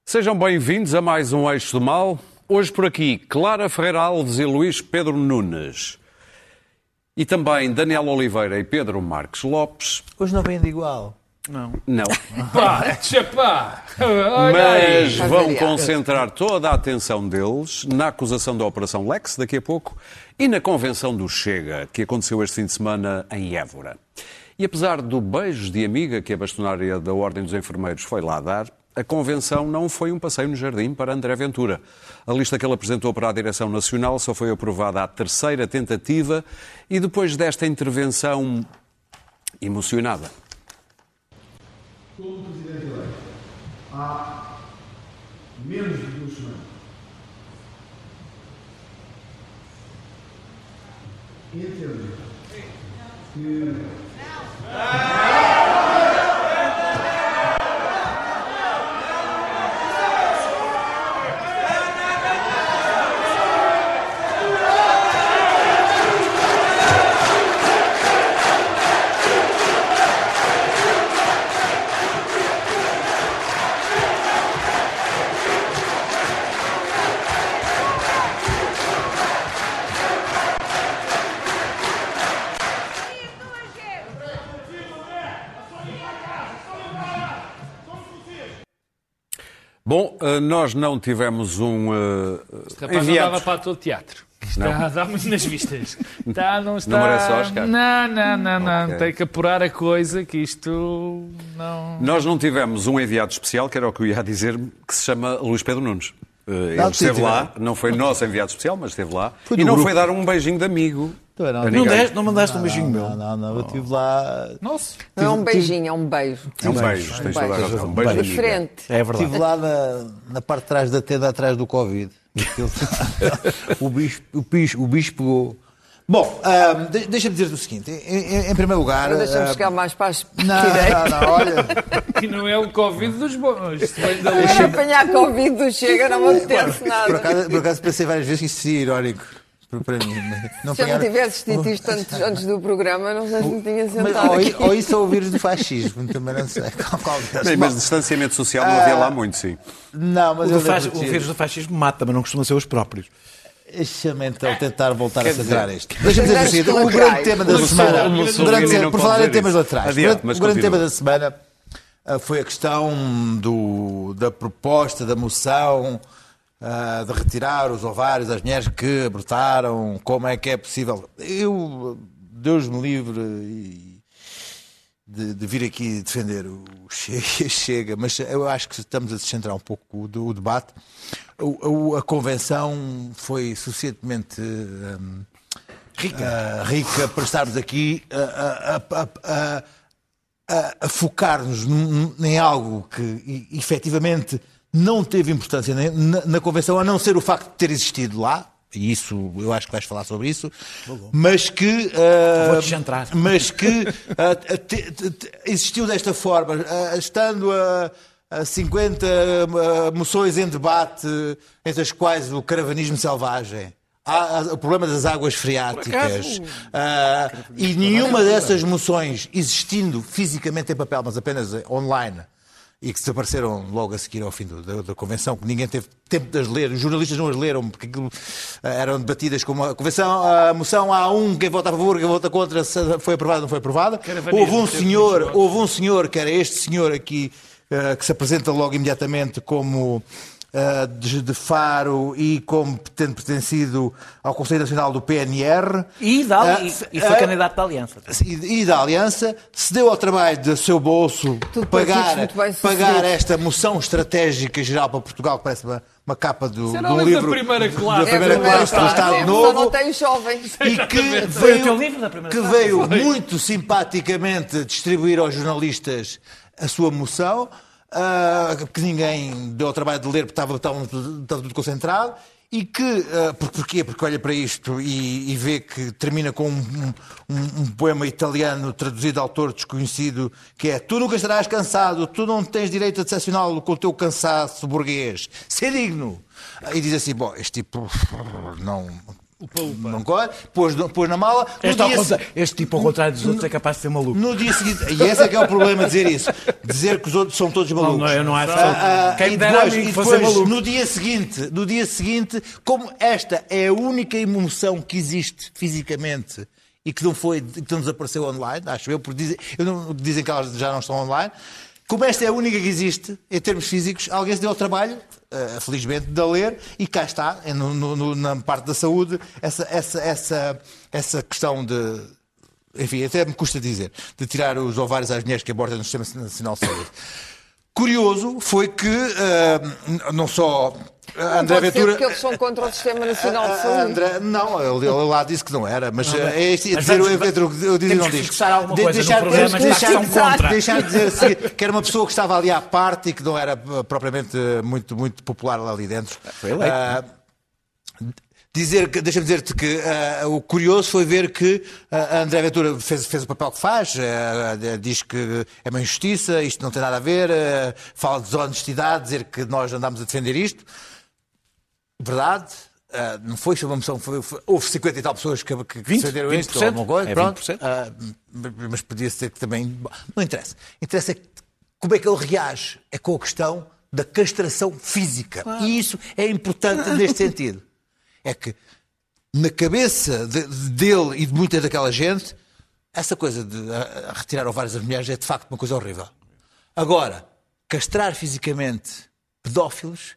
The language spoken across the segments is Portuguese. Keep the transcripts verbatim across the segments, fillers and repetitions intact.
Sejam bem-vindos a mais um Eixo do Mal. Hoje por aqui, Clara Ferreira Alves e Luís Pedro Nunes. E também Daniel Oliveira e Pedro Marques Lopes. Hoje não vem de igual. Não. Não. Pá, chapá! Mas vão concentrar toda a atenção deles na acusação da Operação Lex, daqui a pouco, e na convenção do Chega, que aconteceu este fim de semana em Évora. E apesar do beijo de amiga que a bastonária da Ordem dos Enfermeiros foi lá dar, a convenção não foi um passeio no jardim para André Ventura. A lista que ele apresentou para a Direção Nacional só foi aprovada à terceira tentativa e depois desta intervenção emocionada. Como Presidente eleito, há menos de duas semanas, entendo que... Bom, nós não tivemos um uh, Este rapaz não dava para todo o teatro. Está a dar muito nas vistas. Está, não está... Não merece Oscar? Não, não, não, não. Okay. Tem que apurar a coisa que isto não... Nós não tivemos um enviado especial, que era o que eu ia dizer, que se chama Luís Pedro Nunes. Uh, Ele Não, esteve tive. lá, não foi nosso enviado especial, mas esteve lá. Foi E do não grupo. foi dar um beijinho de amigo. Não, a não, ninguém. deste- Não mandaste um beijinho meu? Não, não, não, eu estive lá. Nossa. Não é um beijinho, é um beijo. É um beijo, tens toda a beijo. razão. Um beijo de amiga. Diferente. É verdade. Estive lá na, na parte de trás da tenda, atrás do Covid. Aquilo- o bicho, o bicho, o bicho pegou. Bom, ahm, de- deixa-me dizer-te o seguinte. Em, em- em primeiro lugar. Deixa-me ahm, chegar mais para a Não, direita. não, não, olha. E não é o Covid dos bons. Isto vem da Se apanhar Covid do Chega, não me apetece Por nada. acaso, por acaso pensei várias vezes que isto seria irónico para- para mim. Não Se eu não apanhar- tivesse dito isto antes, antes do programa, não sei se me tinha Mas, sentado ou, aqui. ou isso ou o vírus do fascismo, também não sei. Qual, qual deles? Bem, mas distanciamento social não havia Ah, lá muito, sim. Não, O, mas do eu fas- devo o dizer- vírus do fascismo mata, mas não costuma ser os próprios. Deixa-me então tentar voltar a Quer centrar dizer, isto. Deixa-me dizer o seguinte, o grande tema da o semana, Mussolini- o Mussolini durante- não por pode falar em dizer temas isso. laterais, Adiante, o mas grande continua. tema da semana ah, foi a questão do, da proposta, da moção ah, de retirar os ovários às mulheres que abortaram, como é que é possível. Eu, Deus me livre e de, de vir aqui defender o Chega, Chega, mas eu acho que estamos a descentrar um pouco do o debate. O- o- a convenção foi suficientemente hum, Rica. ah, rica para estarmos aqui a, a- a- a- a- a focar-nos num- em algo que e- efetivamente não teve importância na, na- na convenção, a não ser o facto de ter existido lá. E isso, eu acho que vais falar sobre isso, mas que, ah, Vou descentrar. mas que ah, te- te- te- existiu desta forma, ah, estando a, a cinquenta ah, moções em debate, entre as quais o caravanismo selvagem, há, há o problema das águas freáticas, ah, e nenhuma dessas moções existindo fisicamente em papel, mas apenas online, e que desapareceram logo a seguir ao fim do- da, da convenção, que ninguém teve tempo de as ler, os jornalistas não as leram, porque aquilo ah, eram debatidas como a convenção, a moção há um, quem vota a favor, quem vota contra, se foi aprovada ou não foi aprovada. Caravanismo, Houve um teve senhor, muitos votos. houve um senhor, que era este senhor aqui, ah, que se apresenta logo imediatamente como ah, de, de Faro e como tendo pertencido ao Conselho Nacional do P N R. E, da, Ah, e, e foi ah, candidato da Aliança. e, e da Aliança, se deu ao trabalho do seu bolso Tudo pagar, partidos muito bem pagar sucedidos. esta moção estratégica geral para Portugal, que parece uma, uma capa do, Será de um ali da livro primeira classe. da primeira É a primeira classe do classe. Estado Só Novo, não tem os jovens. e que Foi o teu veio, livro da primeira que classe? veio muito simpaticamente distribuir aos jornalistas a sua moção, ah, que ninguém deu ao trabalho de ler porque estava, estava, estava tudo concentrado, e que, ah, por, porquê? Porque olha para isto e, e vê que termina com um, um- um poema italiano traduzido de autor desconhecido, que é: tu nunca estarás cansado, tu não tens direito a decepcioná-lo com o teu cansaço burguês, ser digno. E diz assim, bom, este tipo não... Upa, upa. Não corre, pôs, pôs na mala. No Este, ao dia contra- este tipo, ao contrário dos outros, é capaz de ser maluco. No dia seguinte, e esse é que é o problema de dizer isso, dizer que os outros são todos malucos. Não, eu não acho. Ah, ah, Quem e me dera a depois, mim e que fosse depois, maluco. no dia seguinte, no dia seguinte, como esta é a única emoção que existe fisicamente e que não foi, que não desapareceu online, acho eu, porque dizem, eu não, dizem que elas já não estão online. Como esta é a única que existe, em termos físicos, alguém se deu ao trabalho, uh, felizmente, de a ler, e cá está, no, no, na parte da saúde, essa, essa, essa, essa questão de, enfim, até me custa dizer, de tirar os ovários às mulheres que abortam no Sistema Nacional de Saúde. Curioso foi que, uh, não só a André Pode ser Ventura... porque eles são contra o Sistema Nacional de a- a Saúde. André, não, ele, ele lá disse que não era, mas Não, é este, mas dizer vamos- o evento, eu digo temos não que diz. fixar alguma De- coisa no deixar- programa, temos que que são contra. Deixar de dizer assim, que era uma pessoa que estava ali à parte e que não era uh, propriamente uh, muito, muito popular lá ali dentro. Foi eleito, Ah, Dizer que, deixa-me dizer-te que ah, o curioso foi ver que ah, a André Ventura fez, fez o papel que faz, ah, diz que é uma injustiça, isto não tem nada a ver, ah, fala de desonestidade, dizer que nós andamos a defender isto. Verdade, ah, não foi uma moção, foi, foi- houve cinquenta e tal pessoas que, que, que vinte, defenderam vinte isto, por cento. ou alguma coisa, É pronto. vinte por cento. Ah, mas podia ser que também. Bom, não interessa. Interessa é que, como é que ele reage, é com a questão da castração física. E isso é importante neste sentido. É que na cabeça de- de- dele e de muita daquela gente, essa coisa de ah, retirar ovários das mulheres é de facto uma coisa horrível. Agora, castrar fisicamente pedófilos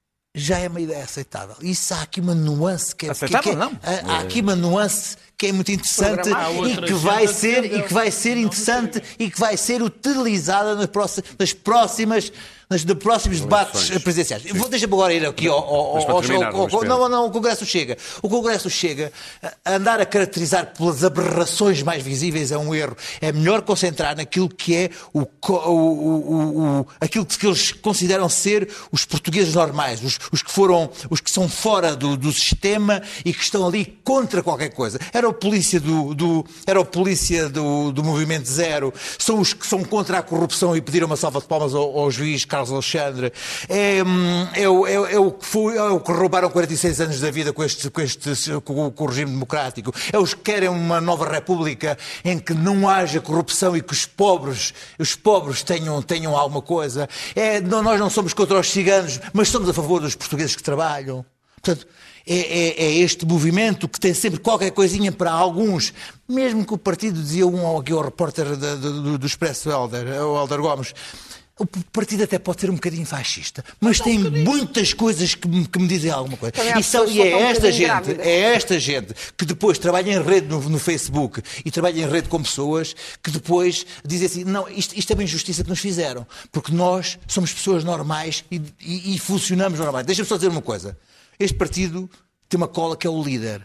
já é uma ideia aceitável. Isso há aqui uma nuance que é, Aceitável, que é- não. há, há aqui uma nuance que é muito interessante Programar. Há e outra que vai gente a ser defender. e que vai ser interessante e que vai ser utilizada nas próximas, nas próximas nas de próximos debates presidenciais. Eu vou- Deixa-me agora ir aqui ao, ao, Mas para ao, terminar, ao- Luís ao- Pedro. não, não, o Congresso chega. O Congresso chega a andar a caracterizar pelas aberrações mais visíveis é um erro. É melhor concentrar naquilo que é o, co- o, o, o- o- aquilo que eles consideram ser os portugueses normais, os, os que foram, os que são fora do, do sistema e que estão ali contra qualquer coisa. Era o polícia do, do era o polícia do, do Movimento Zero, são os que são contra a corrupção e pediram uma salva de palmas ao, ao juiz Carlos Alexandre. É, hum, é, o, é, o- é o que foi, é o que roubaram quarenta e seis anos da vida com, este, com, este, com, o- com o regime democrático. É os que querem uma nova república em que não haja corrupção e que os pobres, os pobres tenham, tenham alguma coisa. É, não, nós não somos contra os ciganos, mas somos a favor dos portugueses que trabalham. Portanto, é, é- é este movimento que tem sempre qualquer coisinha para alguns, mesmo que o partido, dizia um aqui ao repórter da- do, do, do Expresso Helder, o Helder Gomes, o partido até pode ser um bocadinho fascista, mas tem muitas coisas que me, que me dizem alguma coisa. Também há E, são- pessoas e que é estão um esta bocadinho gente, grávidas. é esta gente que depois trabalha em rede no, no Facebook e trabalha em rede com pessoas que depois dizem assim, não, isto, isto é uma injustiça que nos fizeram, porque nós somos pessoas normais e, e- e funcionamos normais. Deixa-me só dizer uma coisa. Este partido tem uma cola que é o líder.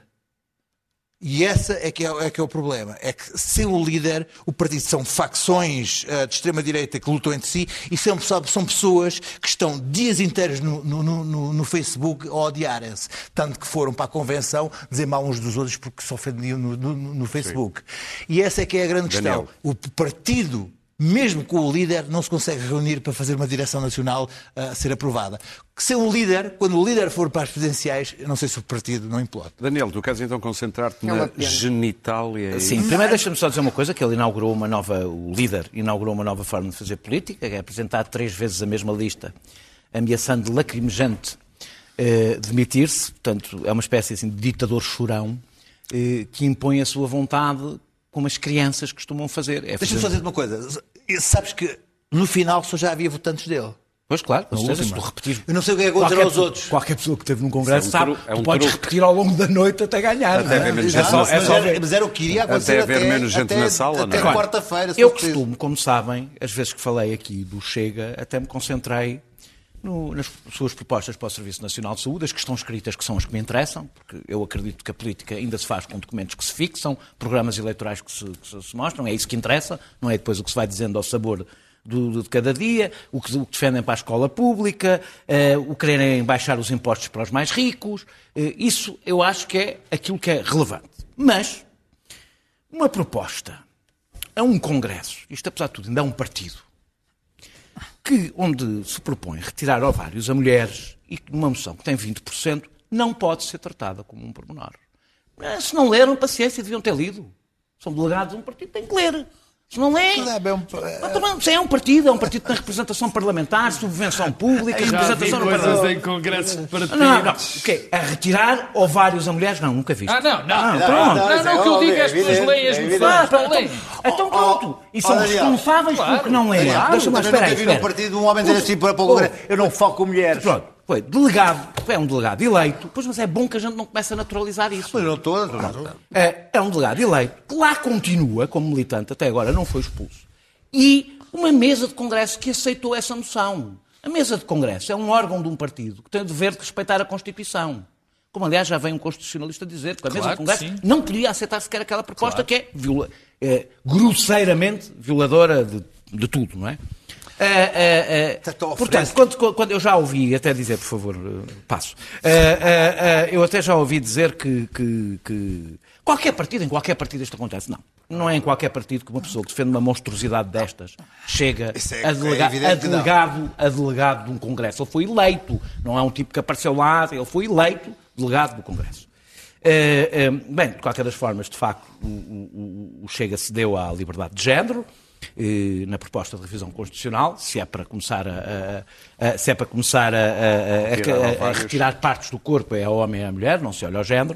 E essa é que é, é que é o problema. É que, sem o líder, o partido são facções eh, de extrema-direita que lutam entre si e são, são pessoas que estão dias inteiros no, no, no, no Facebook a odiarem-se. Tanto que foram para a convenção dizer mal uns dos outros porque se ofendiam no, no, no Facebook. E essa é que é a grande Daniel. questão. O partido, mesmo com o líder, não se consegue reunir para fazer uma direção nacional a ser aprovada. Que ser um líder, quando o líder for para as presidenciais, eu não sei se o partido não implode. Daniel, tu queres então concentrar-te É uma na pena. genitália? Sim, primeiro deixa-me só dizer uma coisa, que ele inaugurou uma nova, o líder inaugurou uma nova forma de fazer política, que é apresentar três vezes a mesma lista, ameaçando de lacrimejante eh, demitir-se, portanto é uma espécie assim, de ditador chorão, eh, que impõe a sua vontade como as crianças costumam fazer. É Deixa-me fazer- só dizer uma coisa. Sabes que no final só já havia votantes dele. Pois claro, com Na certeza, se última. tu repetir. Eu não sei o que é que acontecerá aos outros. Qualquer pessoa que esteve num congresso Isso é um sabe, tru- é um tu podes truque. repetir ao longo da noite até ganhar. Até haver menos é gente só, na é mas, só era, ver. mas era o que iria acontecer Até haver menos gente até, na sala, até não é? quarta-feira. se Eu fosse preciso. costumo, como sabem, as vezes que falei aqui do Chega, até me concentrei no- nas suas propostas para o Serviço Nacional de Saúde, as que estão escritas, que são as que me interessam, porque eu acredito que a política ainda se faz com documentos que se fixam, programas eleitorais que se, que se- se mostram, é isso que interessa, não é depois o que se vai dizendo ao sabor do, de cada dia, o que, o que defendem para a escola pública, eh, o quererem baixar os impostos para os mais ricos, eh, isso eu acho que é aquilo que é relevante. Mas uma proposta a um congresso, isto apesar de tudo ainda é um partido, que, onde se propõe retirar ovários a mulheres e numa moção que tem vinte por cento, não pode ser tratada como um pormenor. Se não leram, paciência, deviam ter lido. São delegados de um partido, têm que ler. Se não lê, se é um partido, é um partido que tem representação parlamentar, subvenção pública, Já representação vi no coisas Parlamento. em congressos de partidos. Não, não. O quê? A retirar ovários a mulheres? Não, nunca vi. Ah, não, não. Não, pronto. Não, não, o que eu digo é as pessoas leem as moções. Não leem. Então pronto. E são responsáveis pelo que não leem. Deixa-me lá, Eu espera aí, nunca vi num espera. partido um homem dizer assim para o Congresso, eu não falo com mulheres. Pronto. Foi delegado, é um delegado eleito, pois, mas é bom que a gente não comece a naturalizar isso. Mas não todas, não. É, é um delegado eleito, que lá continua como militante, até agora não foi expulso. E uma mesa de congresso que aceitou essa moção. A mesa de congresso é um órgão de um partido que tem o dever de respeitar a Constituição. Como, aliás, já vem um constitucionalista dizer que a mesa Claro de congresso que sim. não podia aceitar sequer aquela proposta Claro. que é, viola, é grosseiramente violadora de, de tudo, não é? É, é, é, Está portanto, quando, quando eu já ouvi, até dizer, por favor, passo, é, é, é, eu até já ouvi dizer que, que, que qualquer partido, em qualquer partido isto acontece. Não, não é em qualquer partido que uma pessoa que defende uma monstruosidade destas chega Isso é- a, delega, é a, evidente que não. delegado, a delegado de um congresso. Ele foi eleito, não é um tipo que apareceu lá, ele foi eleito delegado do congresso. É, é, bem, de qualquer das formas, de facto, o, o, o Chega cedeu à liberdade de género, na proposta de revisão constitucional, se é para começar a, a, a, se é para começar a, a, a, a, a retirar partes do corpo é a homem e a mulher, não se olha ao género,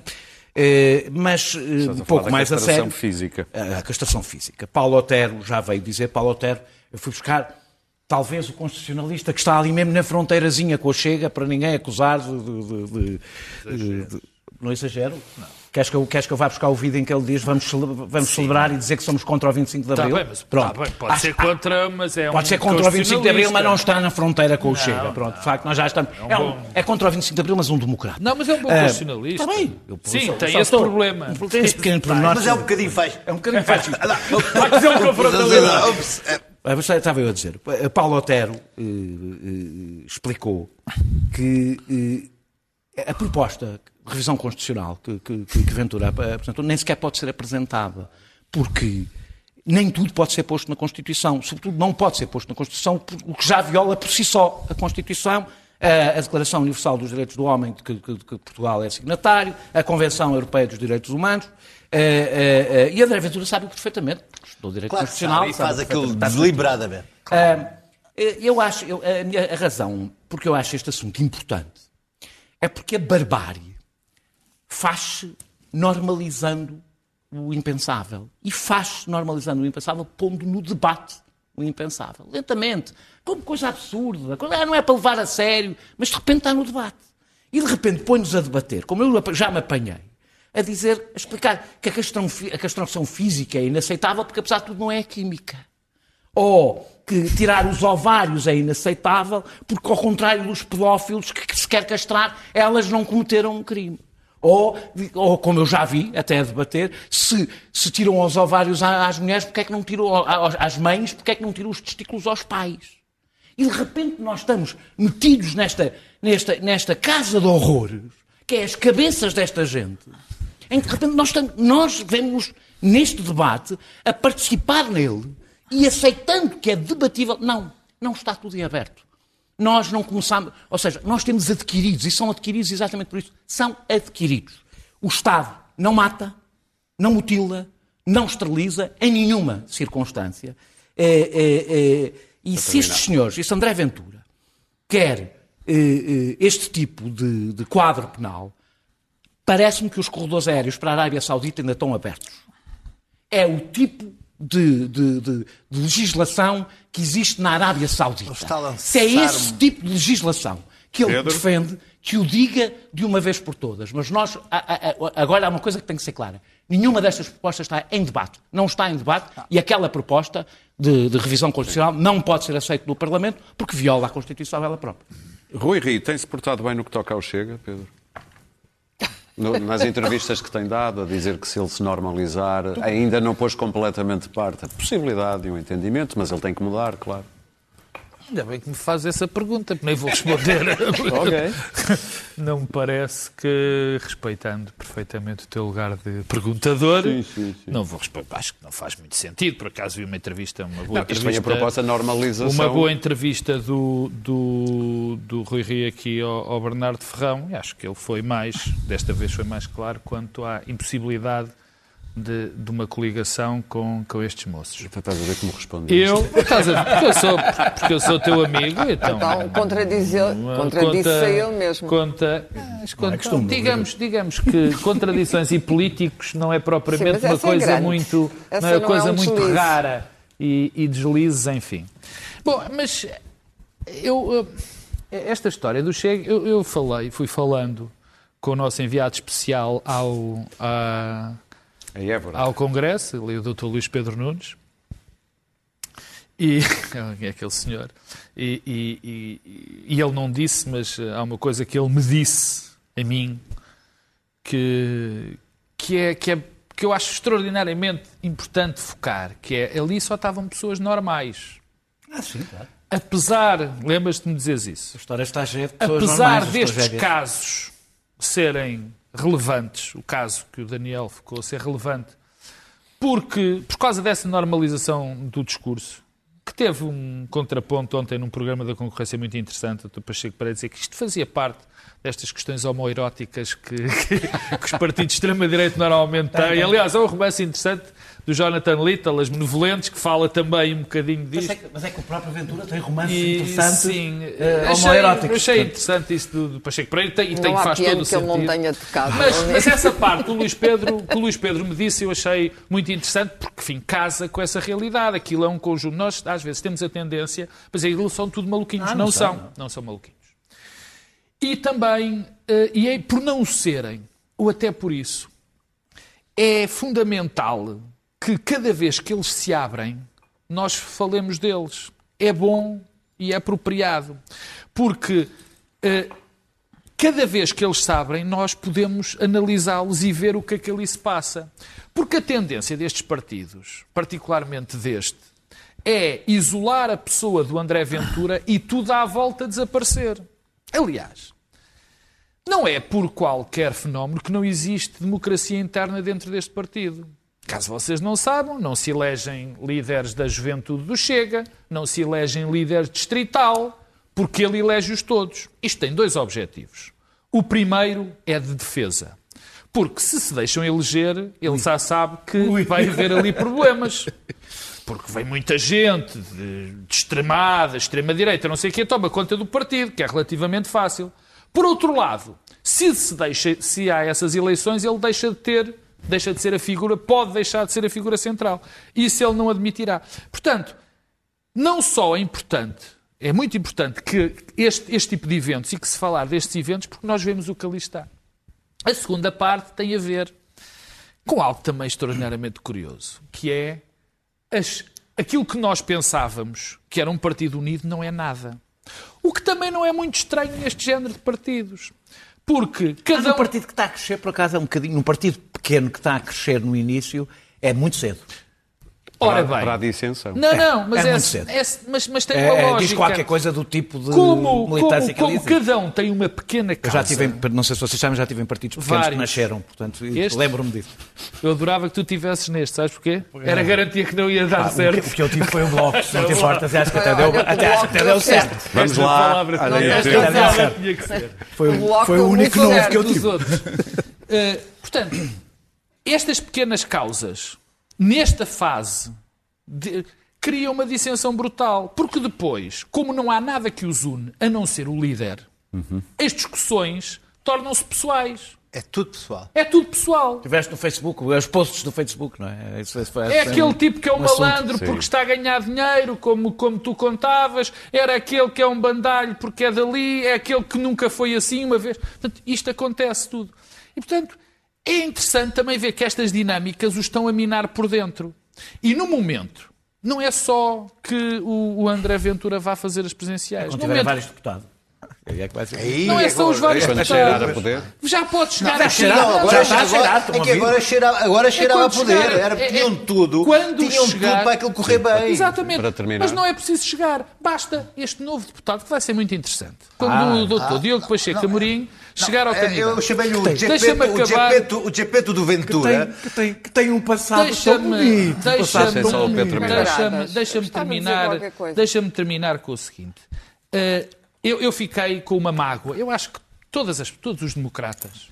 mas um pouco mais a sério. Física. A castração física. Paulo Otero já veio dizer, Paulo Otero, eu fui buscar talvez o constitucionalista que está ali mesmo na fronteirazinha com o Chega, para ninguém acusar de... de, de, de, de não exagero? Não. Queres que, eu, queres que eu vá buscar o vídeo em que ele diz vamos, vamos celebrar e dizer que somos contra o vinte e cinco de Está Abril? bem, mas Pronto. tá bem, pode Ah, ser contra, mas é um Pode ser contra o vinte e cinco de Abril, mas não constitucionalista. está na fronteira com o Não, Chega. Pronto, não. de facto, nós já estamos... É um É, um- bom- é contra o vinte e cinco de Abril, mas um democrata. Não, mas é um bom Ah, constitucionalista. Está bem. Eu- Sim, só- tem só esse estou- problema. Tem esse pequeno pormenor. Mas é um bocadinho faz. É um bocadinho fascista. Vai dizer um confrontalidade. Ups, é- Ah, mas Estava eu a dizer, Paulo Otero eh, eh, explicou que eh, a proposta de revisão constitucional que, que, que Ventura apresentou nem sequer pode ser apresentada, porque nem tudo pode ser posto na Constituição. Sobretudo não pode ser posto na Constituição, o que já viola por si só a Constituição, a, a Declaração Universal dos Direitos do Homem, de que, que, de que Portugal é signatário, a Convenção Europeia dos Direitos Humanos, eh, eh, eh, e André Ventura sabe perfeitamente, porque estudou Direito Claro que Constitucional. sabe, e faz sabe aquilo perfeitamente. deliberadamente. Ah, eu acho, eu, a, minha, a razão porque eu acho este assunto importante é porque a barbárie faz-se normalizando o impensável. E faz-se normalizando o impensável pondo no debate o impensável. Lentamente. Como coisa absurda. Não é para levar a sério, mas de repente está no debate. E de repente põe-nos a debater, como eu já me apanhei, a dizer, a explicar que a castração, a castração física é inaceitável porque, apesar de tudo, não é química. Ou que tirar os ovários é inaceitável porque, ao contrário dos pedófilos que, que se quer castrar, elas não cometeram um crime. Ou, ou, como eu já vi, até a debater, se, se tiram os ovários às mulheres, porque é que não tiram às mães, porque é que não tiram os testículos aos pais? E de repente nós estamos metidos nesta, nesta, nesta casa de horrores, que é as cabeças desta gente, em que de repente nós, estamos, nós vemos neste debate a participar nele e aceitando que é debatível. Não, não está tudo em aberto. Nós não começamos, ou seja, nós temos adquiridos, e são adquiridos exatamente por isso, são adquiridos. O Estado não mata, não mutila, não esteriliza em nenhuma circunstância. É, é, é, e se estes senhores, este André Ventura, quer é, é, este tipo de, de quadro penal, parece-me que os corredores aéreos para a Arábia Saudita ainda estão abertos. É o tipo De, de, de, de legislação que existe na Arábia Saudita. Se é esse tipo de legislação que ele Pedro? defende, que o diga de uma vez por todas. Mas nós, a, a, a, agora há uma coisa que tem que ser clara. Nenhuma destas propostas está em debate. Não está em debate ah. e aquela proposta de, de revisão constitucional não pode ser aceita no Parlamento porque viola a Constituição ela própria. Rui Rio, tem-se portado bem no que toca ao Chega, Pedro? No, nas entrevistas que tem dado, a dizer que se ele se normalizar, ainda não pôs completamente de parte a possibilidade e um entendimento, mas ele tem que mudar, claro. Ainda bem que me faz essa pergunta, porque nem vou responder. Ok. não me parece que, respeitando perfeitamente o teu lugar de perguntador, sim, sim, sim. não vou respeitar, acho que não faz muito sentido. Por acaso vi uma entrevista, uma boa Não, isto entrevista. vem a proposta de normalização. Uma boa entrevista do, do, do Rui Rio aqui ao, ao Bernardo Ferrão, e acho que ele foi mais, desta vez foi mais claro, quanto à impossibilidade de, de uma coligação com, com estes moços. Então estás a ver como respondi. Eu, estás a ver, porque eu sou, porque eu sou teu amigo, então... Então, contradisse a ele mesmo. Conta, mas conta, é costume, digamos, digamos que contradições e políticos não é propriamente Sim, uma é coisa grande. muito, Essa não é não coisa é um muito deslize. rara e, e deslizes, enfim. Bom, mas eu, eu- esta história do Chega, eu, eu falei, fui falando com o nosso enviado especial ao, a- A Évora. ao Congresso, ali o doutor Luís Pedro Nunes, e é aquele senhor, e, e, e, e ele não disse, mas há uma coisa que ele me disse a mim, que, que, é, que, é, que eu acho extraordinariamente importante focar, que é, ali só estavam pessoas normais. Ah, sim, claro. Apesar, lembras-te de me dizeres isso, A história está cheia de pessoas apesar normais, as destes tragédias. casos serem relevantes, o caso que o Daniel ficou a ser relevante, porque, por causa dessa normalização do discurso, que teve um contraponto ontem num programa da concorrência muito interessante, o Pacheco para dizer que isto fazia parte destas questões homoeróticas que, que, que os partidos de extrema-direita normalmente têm. Aliás, há um romance interessante do Jonathan Little, As Benevolentes, que fala também um bocadinho Mas disto. é, que, mas é que o próprio Ventura tem romances E, interessantes, sim, eh, achei, homoeróticos. achei portanto. interessante isso do, do Pacheco Pereira e tem, e tem, Não há faz todo piano o que ele sentido. não tenha tocado. Mas, não é? mas essa parte do Luís Pedro, que o Luís Pedro me disse, eu achei muito interessante, porque, enfim, casa com essa realidade. Aquilo é um conjunto. Nós, às vezes, temos a tendência, mas aquilo são tudo maluquinhos. Ah, não não são. são, não. Não são maluquinhos. E também, eh, e é por não o serem, ou até por isso, é fundamental que cada vez que eles se abrem, nós falemos deles. É bom e é apropriado. Porque eh, cada vez que eles se abrem, nós podemos analisá-los e ver o que é que ali se passa. Porque a tendência destes partidos, particularmente deste, é isolar a pessoa do André Ventura e tudo à volta desaparecer. Aliás, não é por qualquer fenómeno que não existe democracia interna dentro deste partido. Caso vocês não saibam, não se elegem líderes da juventude do Chega, não se elegem líderes distrital, porque ele elege-os todos. Isto tem dois objetivos. O primeiro é de defesa. Porque se se deixam eleger, ele já sabe que vai haver ali problemas. Porque vem muita gente de, de extremada, extrema-direita, não sei o quê, toma conta do partido, que é relativamente fácil. Por outro lado, se, se, deixa, se há essas eleições, ele deixa de ter, deixa de ser a figura, pode deixar de ser a figura central. Isso ele não admitirá. Portanto, não só é importante, é muito importante que este, este tipo de eventos, e que se falar destes eventos, porque nós vemos o que ali está. A segunda parte tem a ver com algo também extraordinariamente curioso, que é as, aquilo que nós pensávamos que era um partido unido não é nada. O que também não é muito estranho neste género de partidos. Porque cada Mas um um... partido que está a crescer, por acaso, é um bocadinho... Um partido pequeno que está a crescer no início é muito cedo. Ora para, bem. para a dissensão. Não, não, mas, é é, muito cedo. é- mas, mas tem uma É, lógica. diz qualquer coisa do tipo de Como, militância como, que como ele diz. cada um tem uma pequena Eu causa. já tive, em- não sei se vocês sabem, já tive em partidos pequenos Vários. que nasceram, portanto, Este? lembro-me disso. Eu adorava que tu tivesses neste, sabes porquê? Era garantia que não ia dar Ah, o, certo. que, o que eu tive foi o bloco, se não te importas, e acho que até deu, Olha, até o acho que até bloco deu deu certo. certo. Vamos Esta lá. palavra Olha, não, eu esta tenho- palavra tinha que ser. Foi, O bloco foi o deu único muito novo certo que eu dos tive. outros. Uh, portanto, estas pequenas causas, nesta fase, de- criam uma dissensão brutal. Porque depois, como não há nada que os une, a não ser o líder, as discussões tornam-se pessoais. É tudo pessoal. É tudo pessoal. Tiveste no Facebook, os posts do Facebook, não é? Isso, isso, É aquele tipo que é um, um assunto. malandro porque está a ganhar dinheiro, como, como tu contavas. Era aquele que é um bandalho porque é dali. É aquele que nunca foi assim uma vez. Portanto, isto acontece tudo. E, portanto, é interessante também ver que estas dinâmicas os estão a minar por dentro. E, no momento, não é só que o, o André Ventura vá fazer as presidenciais. Quando No tiver momento, vários deputados. Aí é que vai ser. Aí Não é só os vários Quando cheirar a deputados. poder. Já pode chegar Não, a cheirar, chegar. agora Já está a agora- cheirar, é estão que a ouvir? agora cheirava, agora cheirava a quando poder. chegar, Era, é- tinham é- tudo. quando Tinham chegar- tudo para aquilo correr bem. Exatamente. Para terminar. Mas não é preciso chegar. Basta este novo deputado, que vai ser muito interessante. Quando Ah, o doutor Diogo Pacheco Amorim chegar ao É, candidato. Eu chamei-lhe o Deixa-me Gepeto, o acabar. Gepeto, o Gepeto do Ventura. Tem, que, tem, que tem um passado tão Deixa-me bonito. um passado deixa-me- Deixa só o Pedro terminar. deixa-me- deixa-me Estava a dizer terminar, qualquer coisa. deixa-me terminar com o seguinte. Eh, eu, eu fiquei com uma mágoa. Eu acho que todas as, todos os democratas,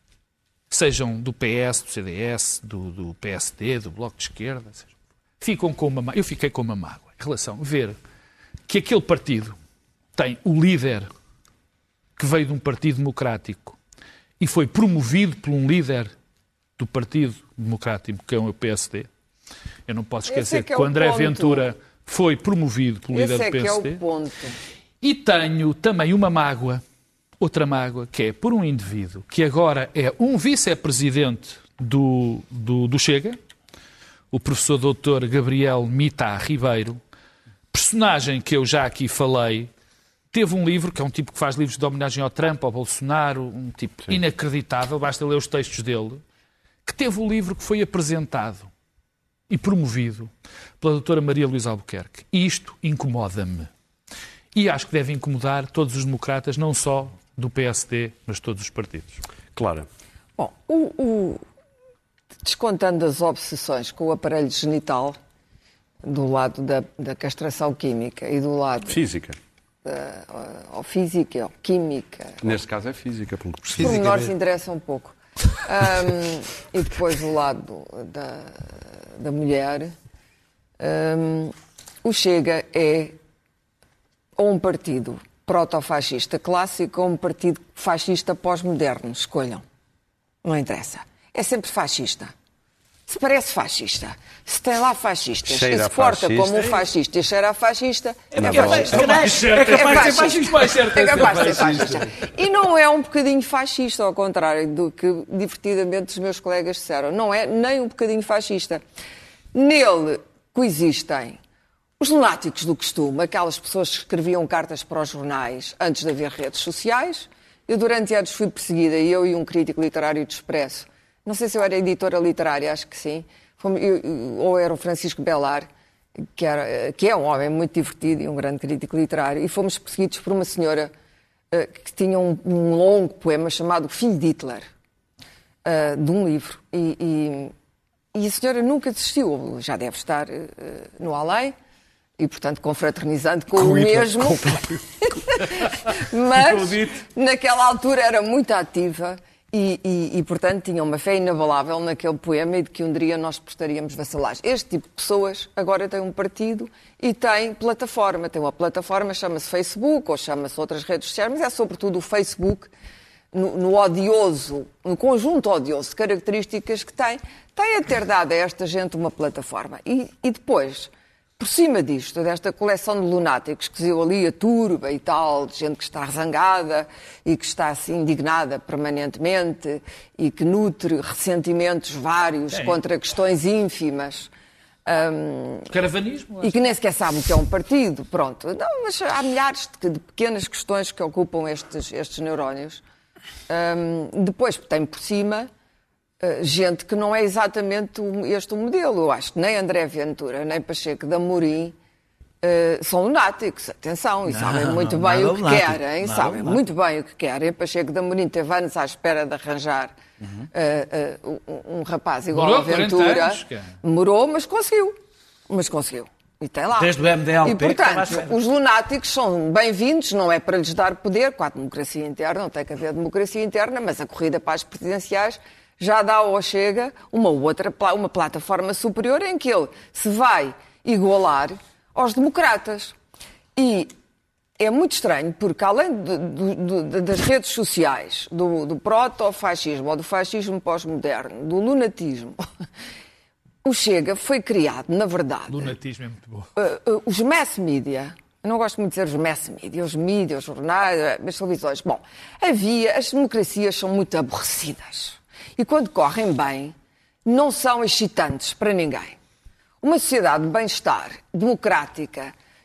sejam do P S, do C D S, do, do P S D, do Bloco de Esquerda, sejam, ficam com uma má- eu fiquei com uma mágoa em relação a ver que aquele partido tem o líder que veio de um partido democrático e foi promovido por um líder do Partido Democrático, que é o P S D. Eu não posso Esse esquecer é que é que o o André ponto. Ventura foi promovido pelo líder Esse é do que P é S D. o ponto. E tenho também uma mágoa, outra mágoa, que é por um indivíduo que agora é um vice-presidente do, do, do Chega, o professor doutor Gabriel Mita Ribeiro, personagem que eu já aqui falei, teve um livro, que é um tipo que faz livros de homenagem ao Trump, ao Bolsonaro, um tipo Sim. inacreditável, basta ler os textos dele, que teve o livro que foi apresentado e promovido pela doutora Maria Luísa Albuquerque. E isto incomoda-me. E acho que deve incomodar todos os democratas, não só do P S D, mas todos os partidos. Claro. Bom, o, o- descontando as obsessões com o aparelho genital, do lado da, da castração química e do lado Física. da ou física ou química, Neste caso é física, pelo que os percebo. pormenores interessam um pouco. Ahm, e depois o lado da, da mulher. Ahm, o Chega é ou um partido proto-fascista clássico ou um partido fascista pós-moderno. Escolham. Não interessa. É sempre fascista. Se parece fascista, se tem lá fascistas Cheira e a se porta fascista. como um fascista e cheira a fascista, é, Não, fascista. é capaz de ser fascista. Mais certo É é ser capaz de ser fascista. fascista. E não é um bocadinho fascista, ao contrário do que divertidamente os meus colegas disseram. Não é nem um bocadinho fascista. Nele coexistem os lunáticos do costume, aquelas pessoas que escreviam cartas para os jornais antes de haver redes sociais. Eu durante anos fui perseguida, eu e um crítico literário de Expresso. Não sei se eu era editora literária, acho que sim. Fomos- eu- eu- ou era o Francisco Belar, que, era, que é um homem muito divertido e um grande crítico literário, e fomos perseguidos por uma senhora eh, que tinha um, um longo poema chamado Filho de Hitler, eh, de um livro. E, e- e a senhora nunca desistiu, já deve estar eh, no além, e portanto confraternizando com, o mesmo. Mas naquela altura era muito ativa. E, e, e, portanto, tinha uma fé inabalável naquele poema e de que um dia nós prestaríamos vassalagem. Este tipo de pessoas agora tem um partido e tem plataforma. Tem uma plataforma, chama-se Facebook ou chama-se outras redes sociais, mas é sobretudo o Facebook, no, no odioso, no conjunto odioso de características que tem, tem a ter dado a esta gente uma plataforma. E, e depois, por cima disto, desta coleção de lunáticos que eu ali a turba e tal, de gente que está zangada e que está assim indignada permanentemente e que nutre ressentimentos vários Sim. contra questões ínfimas. hum, Caravanismo? e que nem sequer sabe o que é um partido, pronto. Não, mas há milhares de, de pequenas questões que ocupam estes, estes neurónios. Hum, depois tem por cima uh, gente que não é exatamente o- este o modelo. Eu acho que nem André Ventura, nem Pacheco de Amorim uh, são lunáticos, atenção, e Não, sabem muito não, bem nada o que lunático, querem, nada sabem lunático. muito bem o que querem. Pacheco de Amorim teve anos à espera de arranjar Uhum. uh, uh, um, um rapaz igual Demorou a quarenta Ventura. anos, cara. Demorou, mas conseguiu. Mas conseguiu. E tem lá. Desde o M D L P E, que estava à portanto, espera. os lunáticos são bem-vindos, não é para lhes dar poder, com a democracia interna, não tem que haver democracia interna, mas a corrida para as presidenciais já dá ao Chega uma outra, pla- uma plataforma superior em que ele se vai igualar aos democratas. E é muito estranho, porque além de- do- do- das redes sociais, do, do proto-fascismo ou do fascismo pós-moderno, do lunatismo, o Chega foi criado, na verdade, Lunatismo é muito bom. Uh, uh, os mass media, eu não gosto muito de dizer os mass media, os mídias, os jornais, uh, as televisões. Bom, havia, as democracias são muito aborrecidas. E quando correm bem, não são excitantes para ninguém. Uma sociedade de bem-estar, democrática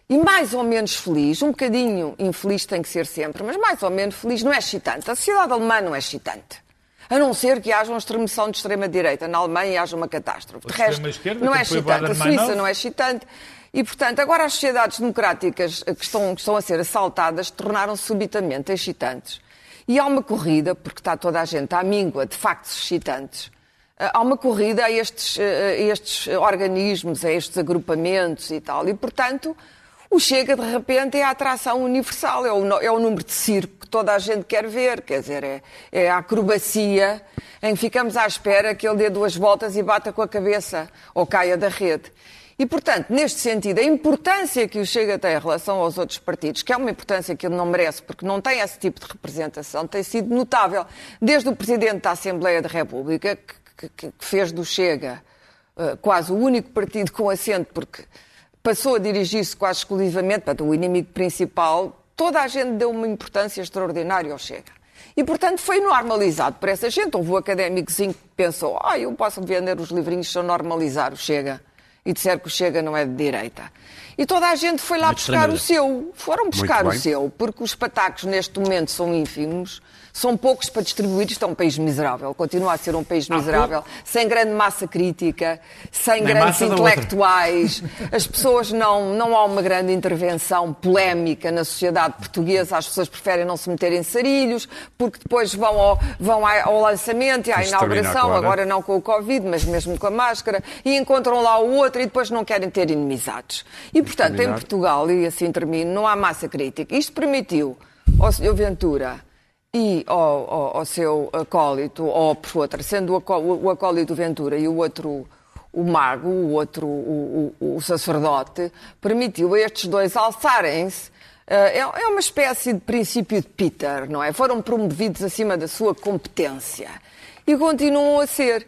e mais ou menos feliz, um bocadinho infeliz tem que ser sempre, mas mais ou menos feliz não é excitante. A sociedade alemã não é excitante. A não ser que haja uma extremação de extrema-direita na Alemanha e haja uma catástrofe. De resto, não é excitante. A Suíça não é excitante. E, portanto, agora as sociedades democráticas que estão, que estão a ser assaltadas tornaram-se subitamente excitantes. E há uma corrida, porque está toda a gente à míngua de factos excitantes, há uma corrida a estes, a estes organismos, a estes agrupamentos e tal. E, portanto, o Chega, de repente, é a atração universal, é o, é o número de circo que toda a gente quer ver, quer dizer, é, é a acrobacia em que ficamos à espera que ele dê duas voltas e bata com a cabeça ou caia da rede. E, portanto, neste sentido, a importância que o Chega tem em relação aos outros partidos, que é uma importância que ele não merece, porque não tem esse tipo de representação, tem sido notável. Desde o Presidente da Assembleia da República, que, que, que fez do Chega uh, quase o único partido com assento, porque passou a dirigir-se quase exclusivamente para o inimigo principal, toda a gente deu uma importância extraordinária ao Chega. E, portanto, foi normalizado por essa gente. Houve um académicozinho que pensou, ah, eu posso vender os livrinhos se eu normalizar o Chega. E disser que o Chega não é de direita. E toda a gente foi lá buscar o seu. Foram buscar o seu, porque os patacos neste momento são ínfimos, são poucos para distribuir. Isto é um país miserável, continua a ser um país miserável, sem grande massa crítica, sem grandes intelectuais. As pessoas não, não há uma grande intervenção polémica na sociedade portuguesa, as pessoas preferem não se meter em sarilhos, porque depois vão ao, vão ao lançamento e à inauguração, agora não com o Covid, mas mesmo com a máscara, e encontram lá o outro e depois não querem ter inimizades. E, portanto, em Portugal, e assim termino, não há massa crítica. Isto permitiu ao senhor Ventura e ao, ao, ao seu acólito, ou por outra, sendo o, acó, o acólito Ventura e o outro o mago, o outro o, o, o sacerdote, permitiu a estes dois alçarem-se. É, é uma espécie de princípio de Peter, não é? Foram promovidos acima da sua competência e continuam a ser.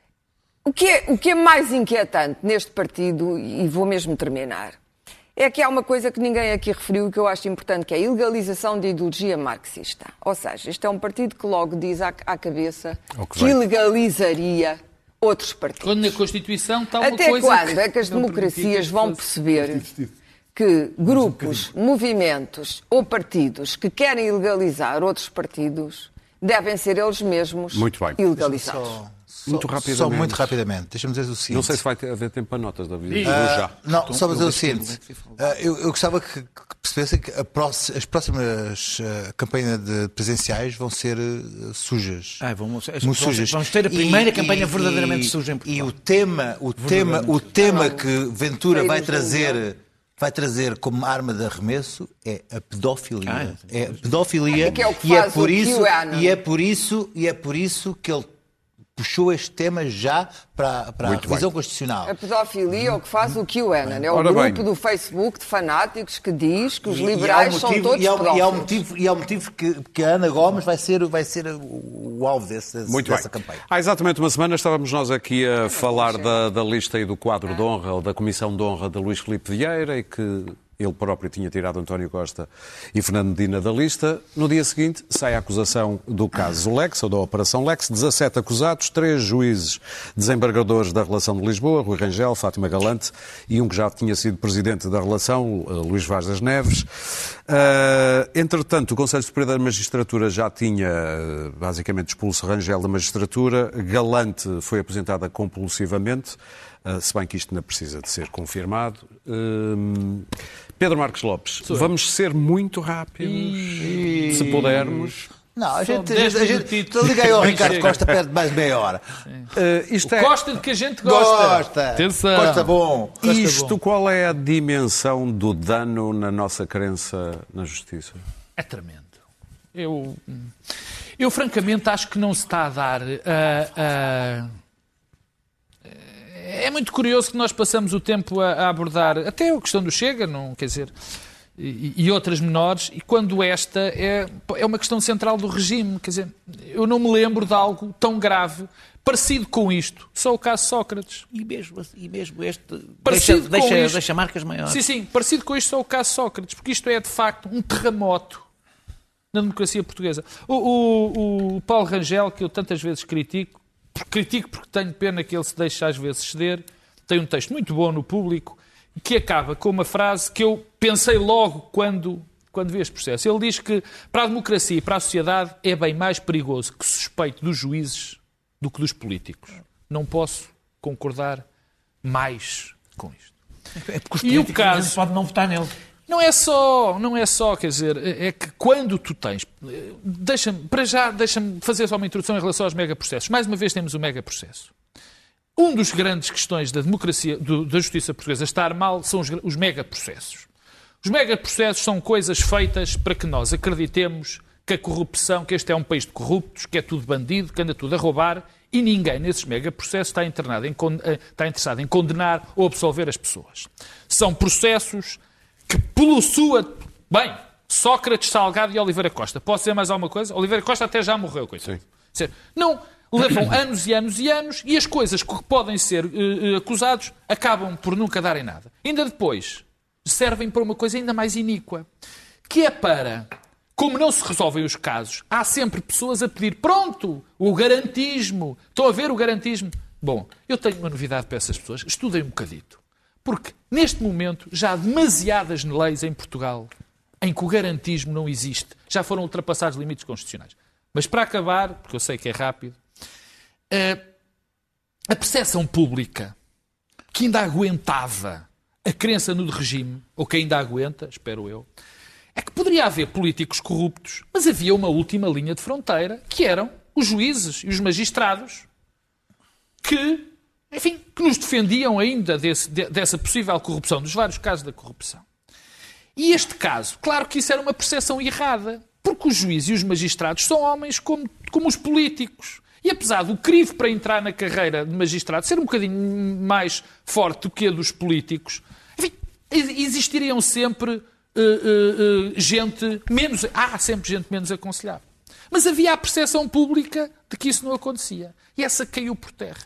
O que é, o que é mais inquietante neste partido, e vou mesmo terminar, é que há uma coisa que ninguém aqui referiu e que eu acho importante, que é a ilegalização da ideologia marxista. Ou seja, isto é um partido que logo diz à, à cabeça que, que ilegalizaria outros partidos. Quando na Constituição está uma Até coisa quando que é que as democracias vão perceber que grupos, movimentos ou partidos que querem ilegalizar outros partidos devem ser eles mesmos muito bem. ilegalizados? Só, muito rapidamente. Só muito rapidamente. Deixa-me dizer o seguinte. Não sei se vai ter, haver tempo para notas, David. Uh, já. Não, então, só dizer o seguinte. Uh, eu, eu gostava que, que percebessem que a próxima, as próximas uh, campanhas de presidenciais vão ser uh, sujas. Ah, vamos, muito vamos, sujas. Vamos ter a primeira e, campanha e, verdadeiramente e, suja em Portugal. E o tema, o tema, o tema que Ventura vai trazer... vai trazer como arma de arremesso é a pedofilia. Ah, é a pedofilia é que é o que e, é faz por o isso, QAnon. e é por isso e é por isso que ele puxou este tema já para, para a revisão bem. constitucional. A pedofilia é o que faz o QAnon. É o Ora grupo bem. do Facebook de fanáticos que diz que os E- liberais e há um são motivo- todos e há, um- pedófilos. e há um motivo, e há um motivo que, que a Ana Gomes vai ser, vai ser o, o alvo desse, Muito dessa bem. campanha. Há exatamente uma semana estávamos nós aqui a falar da, da lista e do quadro de honra, ou da comissão de honra de Luís Filipe Vieira, e que ele próprio tinha tirado António Costa e Fernando Medina da lista. No dia seguinte sai a acusação do caso Lex, ou da Operação Lex, dezassete acusados, três juízes desembargadores da relação de Lisboa, Rui Rangel, Fátima Galante, e um que já tinha sido presidente da relação, Luís Vaz das Neves. Uh, entretanto, o Conselho Superior da Magistratura já tinha basicamente expulso Rangel da magistratura, Galante foi aposentada compulsivamente, Uh, se bem que isto ainda precisa de ser confirmado. Uh, Pedro Marcos Lopes, vamos ser muito rápidos, e... se pudermos. Não, a Só gente, a dez gente, a gente minutitos. liga aí ao Bem Ricardo chega. Costa, perde mais meia hora. Uh, isto é... Gosta de que a gente gosta. Gosta. Atenção. Gosta bom. Gosta Isto, bom. qual é a dimensão do dano na nossa crença na justiça? É tremendo. Eu, eu francamente, acho que não se está a dar... a- a- É muito curioso que nós passamos o tempo a, a abordar até a questão do Chega, não, quer dizer, e, e outras menores, e quando esta é, é uma questão central do regime. Quer dizer, eu não me lembro de algo tão grave parecido com isto, só o caso Sócrates. E mesmo, e mesmo este Parecido deixa, com deixa, isto. deixa marcas maiores. Sim, sim, parecido com isto só o caso Sócrates, porque isto é, de facto, um terremoto na democracia portuguesa. O, o, o Paulo Rangel, que eu tantas vezes critico, critico porque tenho pena que ele se deixe às vezes ceder, tem um texto muito bom no Público, que acaba com uma frase que eu pensei logo quando, quando vi este processo. Ele diz que para a democracia e para a sociedade é bem mais perigoso que suspeito dos juízes do que dos políticos. Não posso concordar mais com isto. É porque os E o políticos caso- podem não votar nele. Não é só, não é só, quer dizer, é que quando tu tens... Deixa-me, para já, deixa-me fazer só uma introdução em relação aos megaprocessos. Mais uma vez temos o megaprocesso. Um dos grandes questões da democracia, do, da justiça portuguesa estar mal são os, os megaprocessos. Os megaprocessos são coisas feitas para que nós acreditemos que a corrupção, que este é um país de corruptos, que é tudo bandido, que anda tudo a roubar, e ninguém nesses megaprocessos está, internado em, está interessado em condenar ou absolver as pessoas. São processos que, pela sua... Bem, Sócrates, Salgado e Oliveira Costa. Posso dizer mais alguma coisa? Oliveira Costa até já morreu, coisa. Sim. Não, levam anos e anos e anos e as coisas que podem ser uh, acusados acabam por nunca darem nada. Ainda depois servem para uma coisa ainda mais iníqua, que é para... Como não se resolvem os casos, há sempre pessoas a pedir, pronto, o garantismo. Estão a ver o garantismo? Bom, eu tenho uma novidade para essas pessoas. Estudem um bocadito. Porque, neste momento, já há demasiadas leis em Portugal em que o garantismo não existe. Já foram ultrapassados limites constitucionais. Mas, para acabar, porque eu sei que é rápido, a percepção pública que ainda aguentava a crença no regime, ou que ainda aguenta, espero eu, é que poderia haver políticos corruptos, mas havia uma última linha de fronteira, que eram os juízes e os magistrados, que, enfim, que nos defendiam ainda desse, de, dessa possível corrupção, dos vários casos da corrupção. E este caso, claro que isso era uma percepção errada, porque os juízes e os magistrados são homens como, como os políticos. E apesar do crivo para entrar na carreira de magistrado ser um bocadinho mais forte do que a dos políticos, enfim, existiriam sempre... Uh, uh, uh, gente menos... Há sempre gente menos aconselhável. Mas havia a percepção pública de que isso não acontecia. E essa caiu por terra.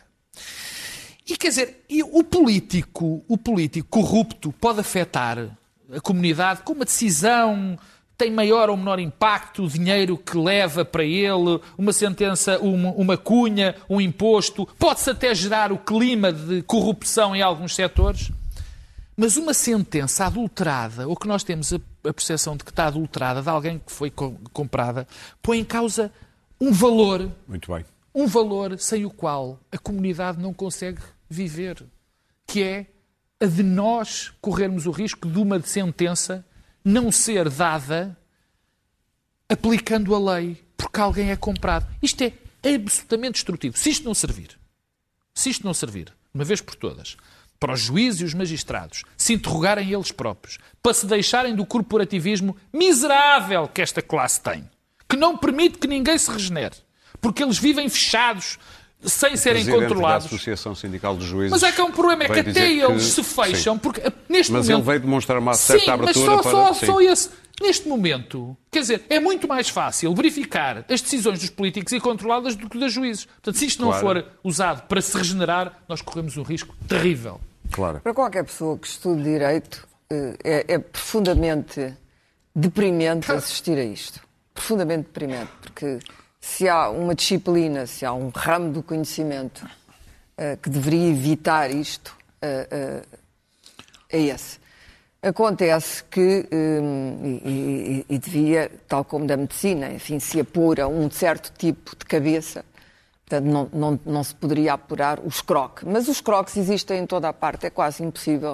E quer dizer, o político, o político corrupto pode afetar a comunidade com uma decisão, tem maior ou menor impacto, o dinheiro que leva para ele, uma sentença, uma, uma cunha, um imposto, pode-se até gerar o clima de corrupção em alguns setores. Mas uma sentença adulterada, ou que nós temos a, a percepção de que está adulterada, de alguém que foi co- comprada, põe em causa um valor, Muito bem. um valor sem o qual a comunidade não consegue viver, que é a de nós corrermos o risco de uma sentença não ser dada aplicando a lei, porque alguém é comprado. Isto é absolutamente destrutivo. Se isto não servir, se isto não servir, de uma vez por todas, para os juízes e os magistrados se interrogarem eles próprios, para se deixarem do corporativismo miserável que esta classe tem, que não permite que ninguém se regenere, porque eles vivem fechados, sem serem controlados. Da Associação Sindical dos Juízes. Mas é que é um problema, é que veio até dizer eles que- se fecham, Sim. porque neste Mas momento... ele veio demonstrar uma certa Sim, mas abertura só, para... só, Sim. só esse. Neste momento, quer dizer, é muito mais fácil verificar as decisões dos políticos e controlá-las do que das juízes. Portanto, se isto não Claro. for usado para se regenerar, nós corremos um risco terrível. Claro. Para qualquer pessoa que estude Direito, eh, é, é profundamente deprimente assistir a isto. Profundamente deprimente, porque se há uma disciplina, se há um ramo do conhecimento eh, que deveria evitar isto, eh, eh, é esse. Acontece que, hum, e, e, e devia, tal como da medicina, enfim, se apura um certo tipo de cabeça, portanto não, não, não se poderia apurar os croques. Mas os croques existem em toda a parte, é quase impossível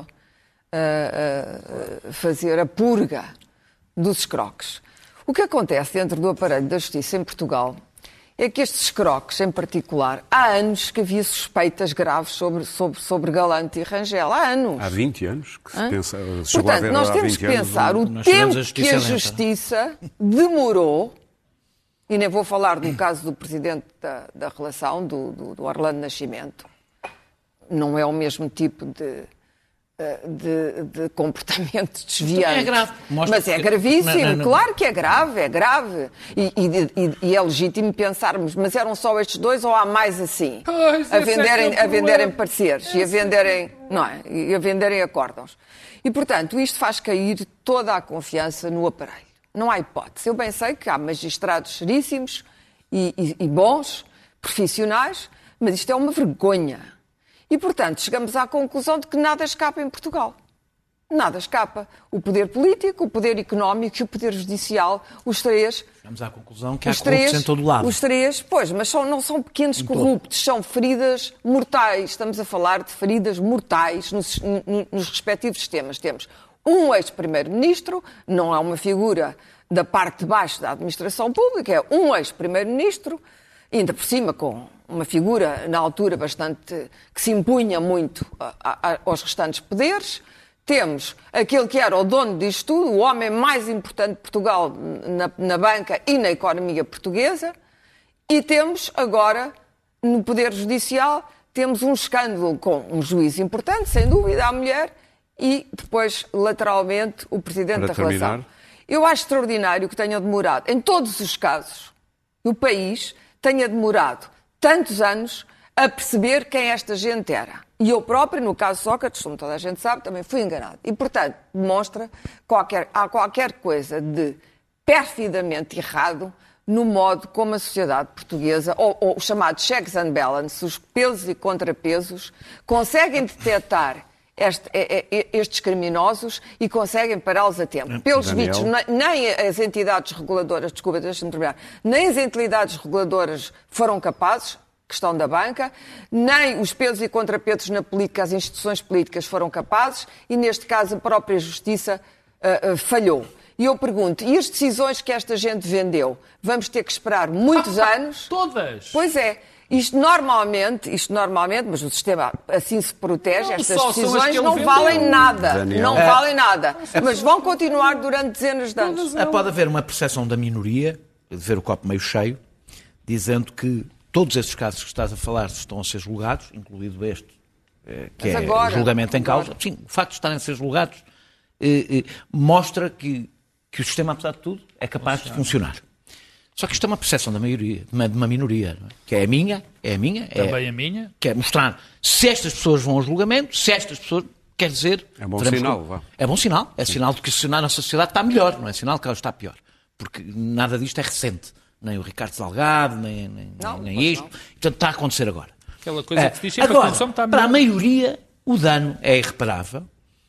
uh, uh, fazer a purga dos escroques. O que acontece dentro do aparelho da justiça em Portugal é que estes escroques, em particular, há anos que havia suspeitas graves sobre, sobre, sobre Galante e Rangel. Há anos. Há vinte anos que se Hã? pensa... chegou a Portanto, haver nós há temos vinte que anos pensar um- o Nós tempo chamamos a que justiça a lenta. justiça demorou, e nem vou falar do caso do presidente da, da relação, do, do, do Orlando Nascimento, não é o mesmo tipo de, de, de comportamento desviante. É grave. Mostra Mas é que- gravíssimo, Não, não, não. claro que é grave, é grave. E, e- e é legítimo pensarmos, mas eram só estes dois ou há mais assim? Pois, a esse é que venderem, é o a venderem problema. pareceres e a venderem, não é? E a venderem acórdãos. E, portanto, isto faz cair toda a confiança no aparelho. Não há hipótese. Eu bem sei que há magistrados seríssimos e, e, e bons, profissionais, mas isto é uma vergonha. E, portanto, chegamos à conclusão de que nada escapa em Portugal. nada escapa. O poder político, o poder económico e o poder judicial, os três... Chegamos à conclusão que há os corruptos três, em todo o lado. Os três, pois, mas são, não são pequenos em corruptos, todo. São feridas mortais. Estamos a falar de feridas mortais nos, nos respectivos sistemas. Temos um ex-primeiro-ministro, não é uma figura da parte de baixo da administração pública, é um ex-primeiro-ministro, ainda por cima com uma figura, na altura, bastante que se impunha muito a, a, aos restantes poderes. Temos aquele que era o dono disto tudo, o homem mais importante de Portugal na, na banca e na economia portuguesa. E temos agora, no Poder Judicial, temos um escândalo com um juiz importante, sem dúvida, a mulher, e depois, lateralmente, o Presidente Para da terminar. Relação. Eu acho extraordinário que tenha demorado, em todos os casos, o país tenha demorado tantos anos a perceber quem esta gente era. E eu próprio, no caso Sócrates, como toda a gente sabe, também fui enganado. E, portanto, demonstra qualquer, há qualquer coisa de perfidamente errado no modo como a sociedade portuguesa, ou, ou os chamados checks and balances, os pesos e contrapesos, conseguem detectar este, estes criminosos e conseguem pará-los a tempo. Pelos Daniel. vistos, nem as entidades reguladoras, desculpa, deixa-me terminar, nem as entidades reguladoras foram capazes, questão da banca, nem os pesos e contrapesos na política, as instituições políticas foram capazes e, neste caso, a própria Justiça uh, uh, falhou. E eu pergunto, e as decisões que esta gente vendeu? Vamos ter que esperar muitos anos? Todas! Pois é. Isto normalmente, isto normalmente, mas o sistema assim se protege, Não, estas só são as que decisões ele não vendeu. valem nada. Daniel. Não É. valem nada. Mas vão continuar durante dezenas de anos. Ah, Pode haver uma percepção da minoria, de ver o copo meio cheio, dizendo que todos esses casos que estás a falar estão a ser julgados, incluído este, eh, que Mas é agora, julgamento em causa. agora. Sim, o facto de estarem a ser julgados eh, eh, mostra que, que o sistema, apesar de tudo, é capaz de funcionar. Só que isto é uma percepção da maioria, de uma, de uma minoria, não é? Que é a minha, é a minha, é, Também a minha. que é mostrar se estas pessoas vão ao julgamento, se estas pessoas, quer dizer... É bom veremos sinal, como- vá. É bom sinal, é sinal de que a nossa sociedade está melhor, não é sinal que ela está pior. Porque nada disto é recente. Nem o Ricardo Salgado, nem, nem, Não, nem pois isto. não. Portanto, está a acontecer agora. Aquela coisa Eh, que se diz sempre, a agora, corrupção está para a melhor. maioria, o dano é irreparável.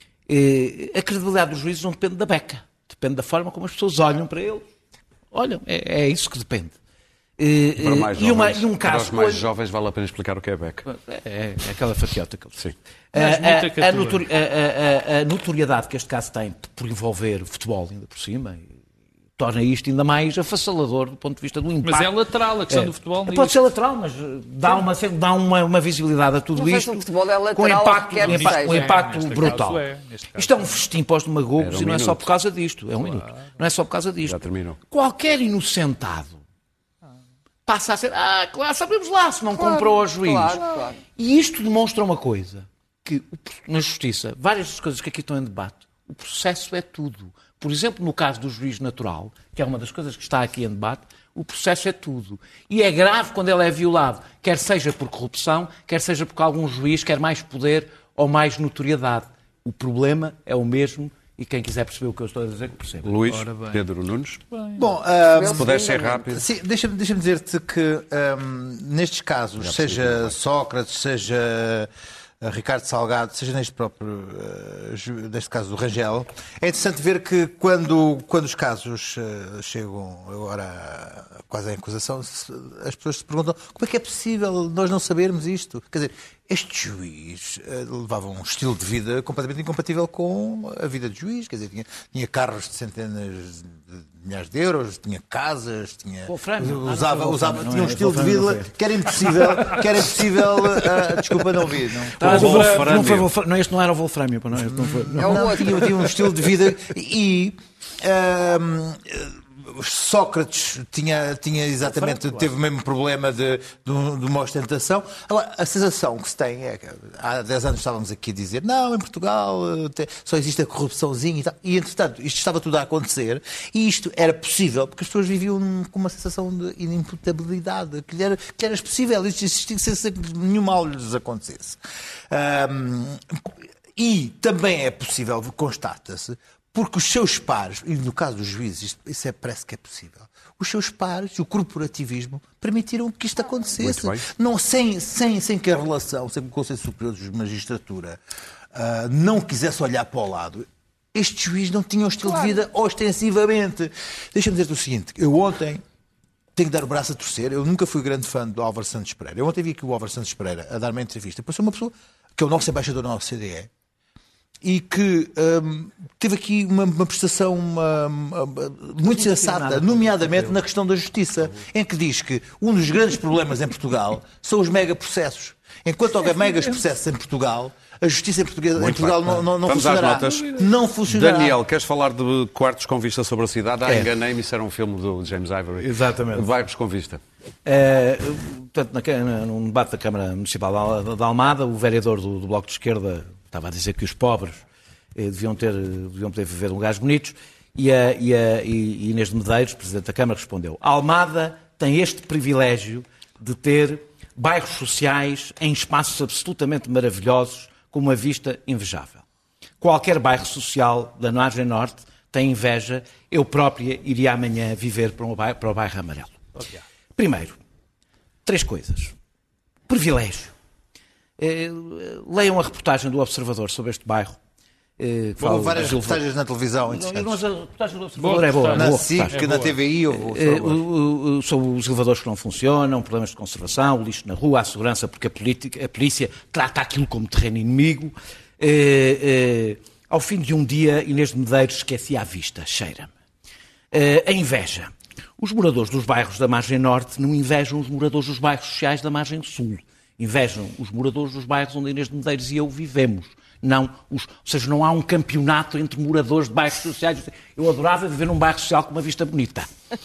Eh, a credibilidade dos juízes não depende da beca. Depende da forma como as pessoas olham para eles. Olham, é, é isso que depende. Eh, Para, mais e, uma- jovens, e um para caso... os mais hoje- jovens vale a pena explicar o que é B E C. é, é aquela fatiota que eles... Sim. A, Mas muita a- a, catura. notori- a- a- a- a notoriedade que este caso tem por envolver futebol ainda por cima e torna isto ainda mais avassalador do ponto de vista do impacto. Mas é lateral a questão É. do futebol. Pode ser lateral, mas eh, dá, uma, dá uma, uma visibilidade a tudo Não sei isto. se o futebol é lateral com ou impacto, quer que impacto, seja. um impacto Neste brutal. caso é, neste caso Isto é um festim para os demagogos Era um e não é só minuto. por causa disto. É um minuto. Não é só por causa disto. Já terminou. Qualquer inocentado passa a ser, ah, claro, sabemos lá se não comprou ao juiz. Claro, claro. E isto demonstra uma coisa, que o- na justiça, várias das coisas que aqui estão em debate, o processo é tudo. Por exemplo, no caso do juiz natural, que é uma das coisas que está aqui em debate, o processo é tudo. E é grave quando ele é violado, quer seja por corrupção, quer seja porque algum juiz quer mais poder ou mais notoriedade. O problema é o mesmo e quem quiser perceber o que eu estou a dizer, que perceba. Luís, Ora bem. Pedro Nunes, Bom, ah, Se puder ser rápido. sim, deixa-me deixa-me dizer-te que ahm, nestes casos, seja Sócrates, seja ah, Ricardo Salgado, seja neste próprio, ah, ju- neste caso do Rangel, é interessante ver que quando, quando os casos ah, chegam agora a- quase à acusação, se- as pessoas se perguntam como é que é possível nós não sabermos isto? Quer dizer, este juiz ah, levava um estilo de vida completamente incompatível com a vida de juiz, quer dizer, tinha, tinha carros de centenas de milhares de euros, tinha casas, tinha, Wolframio. Ah, usava, não foi usava, Wolframio, tinha um não é? estilo de Wolframio vida não foi. que era impossível, que era impossível, ah, desculpa, não vi, não. Ah, O Wolframio. não foi Wolframio. Não, este não era o Wolframio. Não, este não foi. Não. É o Não, outro. tinha, tinha um estilo de vida e ahm, Sócrates tinha, tinha exatamente, teve o mesmo problema de, de, um- de uma ostentação. Agora, a sensação que se tem é que há dez anos estávamos aqui a dizer não, em Portugal eh, te- só existe a corrupçãozinha e tal. E, entretanto, isto estava tudo a acontecer e isto era possível porque as pessoas viviam com uma sensação de inimputabilidade, que lhe era, que era possível isto existir sem que nenhum mal lhes acontecesse. Ahm, e também é possível, constata-se, porque os seus pares, e no caso dos juízes, isto, isso é, parece que é possível, os seus pares e o corporativismo permitiram que isto acontecesse. Muito bem. Não, sem, sem, sem que a relação, sem que o Conselho Superior de Magistratura ah, não quisesse olhar para o lado. este juiz não tinha um estilo claro. de vida ostensivamente. Deixa-me dizer-te o seguinte, eu ontem tenho que dar o braço a torcer, eu nunca fui grande fã do Álvaro Santos Pereira. Eu ontem vi aqui o Álvaro Santos Pereira a dar uma entrevista, depois foi uma pessoa que é o nosso embaixador na O C D E, e que hum, teve aqui uma, uma prestação uma, uma, muito sensata, nomeadamente na questão da justiça, em que diz que um dos grandes problemas em Portugal são os megaprocessos. Enquanto houver megas processos em Portugal, a justiça em, portuguesa, em Portugal não, não, não funcionará. Não funcionará. Daniel, queres falar de Quartos com Vista sobre a Cidade? Ah, é. enganei-me, isso era um filme do James Ivory. Exatamente. Vai-vos com vista. É, portanto, na, num debate da Câmara Municipal de Almada, o vereador do, do Bloco de Esquerda estava a dizer que os pobres eh, deviam, ter, deviam poder viver em lugares bonitos, e a, e a e Inês de Medeiros, Presidente da Câmara, respondeu: Almada tem este privilégio de ter bairros sociais em espaços absolutamente maravilhosos, com uma vista invejável. Qualquer bairro social da margem norte tem inveja. Eu própria iria amanhã viver para, um bairro, para o bairro Amarelo. Okay. Primeiro, três coisas. Privilégio. Eh, leiam a reportagem do Observador sobre este bairro. Eh, Houve várias reportagens na televisão. Não, a reportagem do Observador boa, é boa. Na boa S I C, é na T V I. Ou, eh, o, o, sobre os elevadores que não funcionam, problemas de conservação, o lixo na rua, a segurança, porque a, política, a polícia trata aquilo como terreno inimigo. Eh, eh, ao fim de um dia, Inês de Medeiros esquecia a vista, cheira-me. Eh, a inveja. Os moradores dos bairros da margem norte não invejam os moradores dos bairros sociais da margem sul. Invejam os moradores dos bairros onde Inês de Medeiros e eu vivemos. Não, os, ou seja, não há um campeonato entre moradores de bairros sociais. Eu adorava viver num bairro social com uma vista bonita. Uh, uh,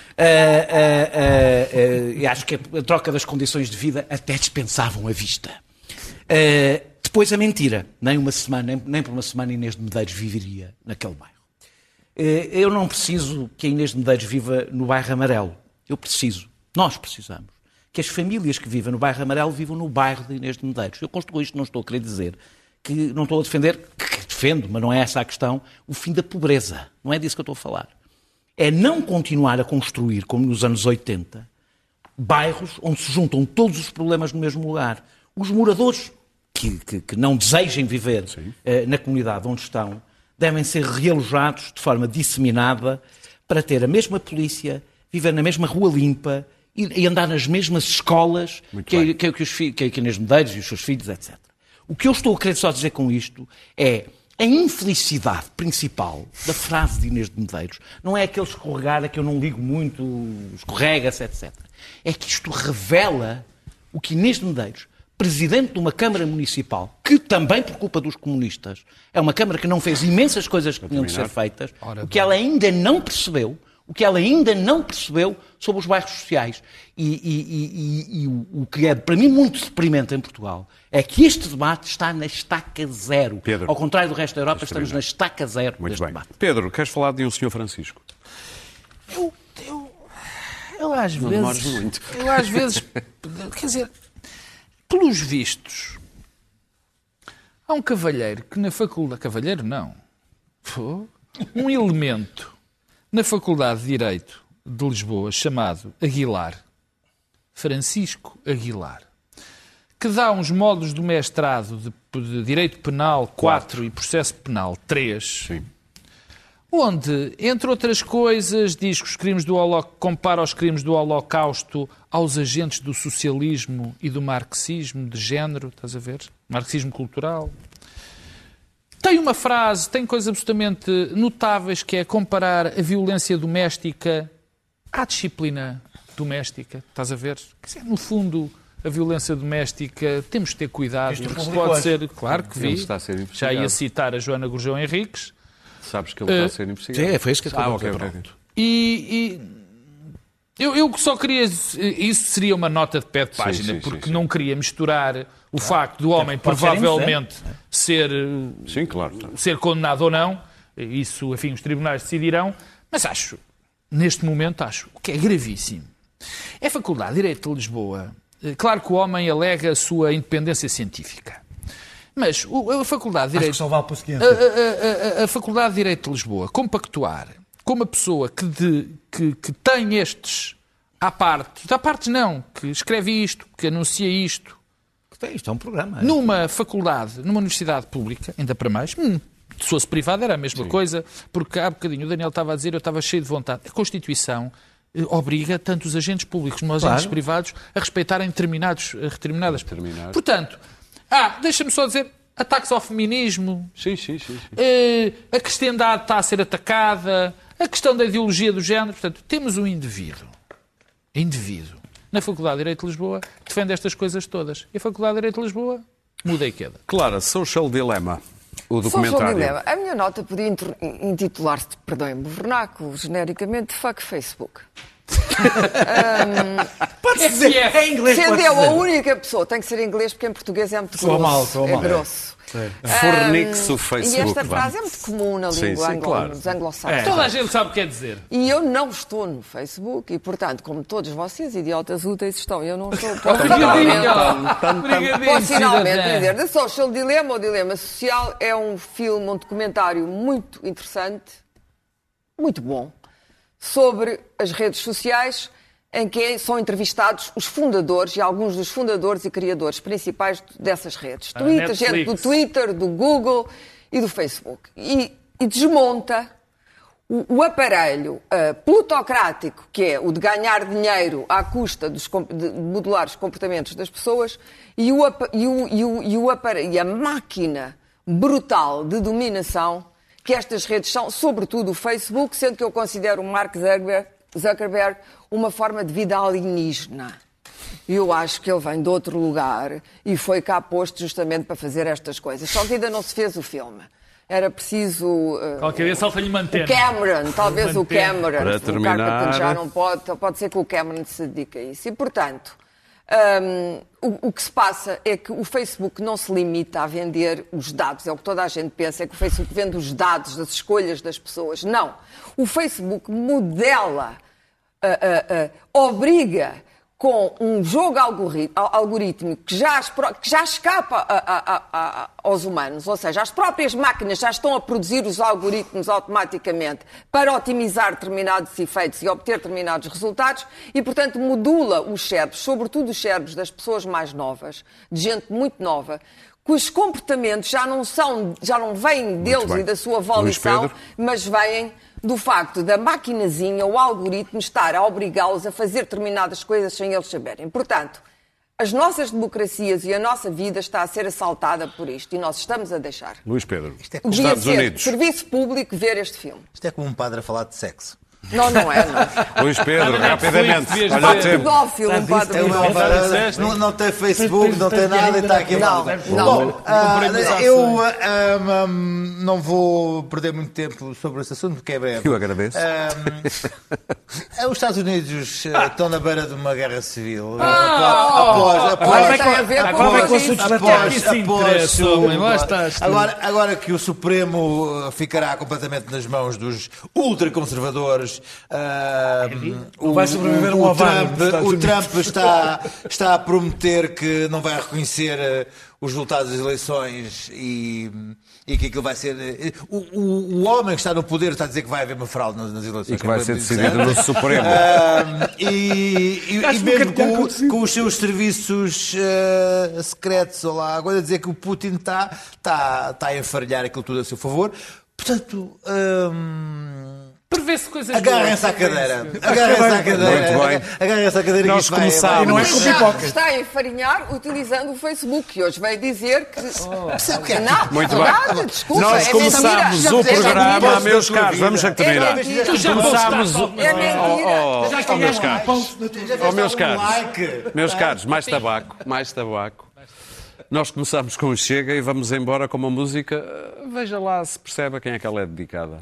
uh, uh, e acho que a troca das condições de vida até dispensavam a vista. Uh, depois a mentira. Nem uma semana, nem, nem por uma semana Inês de Medeiros viveria naquele bairro. Uh, eu não preciso que a Inês de Medeiros viva no bairro Amarelo. Eu preciso, nós precisamos, que as famílias que vivem no bairro Amarelo vivam no bairro de Inês de Medeiros. Eu construo isto, não estou a querer dizer que não estou a defender, que defendo, mas não é essa a questão, o fim da pobreza. Não é disso que eu estou a falar. É não continuar a construir, como nos anos oitenta, bairros onde se juntam todos os problemas no mesmo lugar. Os moradores que, que, que não desejem viver eh, na comunidade onde estão devem ser realojados de forma disseminada para ter a mesma polícia, viver na mesma rua limpa e, e andar nas mesmas escolas que, que, que, os, que, que Inês Medeiros e os seus filhos, etcétera. O que eu estou a querer só dizer com isto é a infelicidade principal da frase de Inês de Medeiros. Não é aquele escorregar a que eu não ligo muito, escorrega-se, etcétera. É que isto revela o que Inês de Medeiros, presidente de uma Câmara Municipal, que também por culpa dos comunistas, é uma Câmara que não fez imensas coisas que tinham de ser feitas, o que ela ainda não percebeu, o que ela ainda não percebeu sobre os bairros sociais. E, e, e, e o, o que é, para mim, muito deprimente em Portugal é que este debate está na estaca zero. Pedro, ao contrário do resto da Europa, estamos na estaca zero muito deste bem. debate. Pedro, queres falar de um senhor Francisco? Eu, eu, eu às não vezes... muito. Eu às vezes... Quer dizer, pelos vistos, há um cavalheiro que na faculdade... Cavalheiro, não. Pô, um elemento na Faculdade de Direito de Lisboa, chamado Aguilar, Francisco Aguilar, que dá uns módulos do mestrado de, de Direito Penal quatro e Processo Penal três, Sim. onde, entre outras coisas, diz que os crimes do Holo... compara os crimes do Holocausto aos agentes do socialismo e do marxismo de género, estás a ver? Marxismo cultural. Tem uma frase, tem coisas absolutamente notáveis, que é comparar a violência doméstica à disciplina doméstica. Estás a ver? No fundo, a violência doméstica, temos de ter cuidado. Porque pode ser, claro que vi, está a ser já ia citar a Joana Gurjão Henriques. Sabes que ele está uh, a ser investigado. Sim, foi isso que acabou ah, okay, de okay. E, e eu, eu só queria... Isso seria uma nota de pé de página, sim, sim, porque sim, sim. não queria misturar o facto do homem provavelmente ser, sim, claro. ser condenado ou não. Isso, enfim, os tribunais decidirão. Mas acho, neste momento, acho que é gravíssimo. É a Faculdade de Direito de Lisboa. Claro que o homem alega a sua independência científica. Mas a Faculdade de Direito... Acho que só vale para o seguinte. A, a, a, a Faculdade de Direito de Lisboa compactuar com uma pessoa que, de, que, que tem estes à parte, à parte não, que escreve isto, que anuncia isto, isto é um programa. Numa faculdade, numa universidade pública, ainda para mais, hum, Se fosse privado era a mesma Sim. coisa, porque há bocadinho o Daniel estava a dizer, eu estava cheio de vontade. A Constituição eh, obriga tanto os agentes públicos como os claro. agentes privados a respeitarem determinados, determinadas... Determinado. Portanto, ah, deixa-me só dizer, ataques ao feminismo, sim, sim, sim, sim. Eh, a cristandade está a ser atacada, a questão da ideologia do género. Portanto, temos um indivíduo, indivíduo, na Faculdade de Direito de Lisboa, que defende estas coisas todas. E a Faculdade de Direito de Lisboa muda e queda. Clara, Social Dilemma. O documentário. Dilema. A minha nota podia intitular-se, perdoem-me, vernáculo, genericamente, Fuck Facebook. um, pode dizer, é inglês. Sendo eu a única pessoa, tem que ser em inglês porque em português é muito grosso. Mal, é mal. grosso. Um, Fornique-se o Facebook. E esta frase vamos. é muito comum na sim, língua sim, anglo- claro. dos anglo-saxões. É. Toda a gente sabe o que quer dizer. E eu não estou no Facebook e, portanto, como todos vocês, idiotas úteis, estão. Eu não estou. Posso finalmente dizer. The Social Dilemma, ou Dilema Social, é um filme, um documentário muito interessante, muito bom, sobre as redes sociais, em que são entrevistados os fundadores e alguns dos fundadores e criadores principais dessas redes. A Twitter, Netflix. gente do Twitter, do Google e do Facebook. E, e desmonta o, o aparelho uh, plutocrático, que é o de ganhar dinheiro à custa dos, de modular os comportamentos das pessoas, e, o, e, o, e, o, e, o aparelho, e a máquina brutal de dominação que estas redes são, sobretudo o Facebook, sendo que eu considero o Mark Zuckerberg, Zuckerberg uma forma de vida alienígena. Eu acho que ele vem de outro lugar e foi cá posto justamente para fazer estas coisas. Só que ainda não se fez o filme. Era preciso... Uh, Qualquer dia salta-lhe manter. O Cameron, talvez o Cameron. Para terminar... O Carpenter já não pode, pode ser que o Cameron se dedique a isso. E, portanto, um, o, o que se passa é que o Facebook não se limita a vender os dados. É o que toda a gente pensa, é que o Facebook vende os dados das escolhas das pessoas. Não. O Facebook modela, uh, uh, uh, obriga... com um jogo algorítmico que já, que já escapa a, a, a, aos humanos, ou seja, as próprias máquinas já estão a produzir os algoritmos automaticamente para otimizar determinados efeitos e obter determinados resultados e, portanto, modula os cérebros, sobretudo os cérebros das pessoas mais novas, de gente muito nova, cujos comportamentos já não são, já não vêm deles e da sua volição, mas vêm do facto da maquinazinha, o algoritmo, estar a obrigá-los a fazer determinadas coisas sem eles saberem. Portanto, as nossas democracias e a nossa vida está a ser assaltada por isto e nós estamos a deixar. Luís Pedro, Isto é como Estados ser Unidos. Serviço público ver este filme. Isto é como um padre a falar de sexo. Não, não é, não. Luís Pedro, rapidamente. Olha o tempo. Pedófilo, um padre pedófilo. Não, não tem Facebook, não tem nada e está aqui. Não, não. Bom, uh, eu uh, um, um, não vou perder muito tempo sobre esse assunto, porque é breve. Eu agradeço. Um, os Estados Unidos uh, ah. estão na beira de uma guerra civil. Ah. Após, após, agora vai com assuntos da terra. Agora, agora que o Supremo ficará completamente nas mãos dos ultraconservadores. Uh, o, vai sobreviver o, um o, Trump, o Trump está, está a prometer que não vai reconhecer uh, os resultados das eleições e, e que aquilo vai ser... Uh, o, o, o homem que está no poder está a dizer que vai haver uma fraude nas, nas eleições. E que vai ser decidido no Supremo. Uh, e, e, e mesmo com, com os seus serviços uh, secretos, ou lá, agora a dizer que o Putin está, está, está a enfarelhar aquilo tudo a seu favor. Portanto... Um, Prevê-se coisas Agarrem-se à cadeira. Agarrem-se à cadeira. Muito bem. Agarrem-se à cadeira. Nós começámos. Não é com pipoca. Está a enfarinhar utilizando o Facebook, que hoje veio dizer que... Oh. que é? Nada, muito nada, bem. Desculpa, Nós é começámos mentira. o programa, é meus caros. Vamos a terminar. É mentira. Tu já Começámos o... É mentira. Oh, oh, oh, meus caros. Oh, meus um caros. like. Meus caros, mais tabaco. Mais tabaco. Nós começámos com o Chega e vamos embora com uma música. Veja lá se percebe a quem é que ela é dedicada.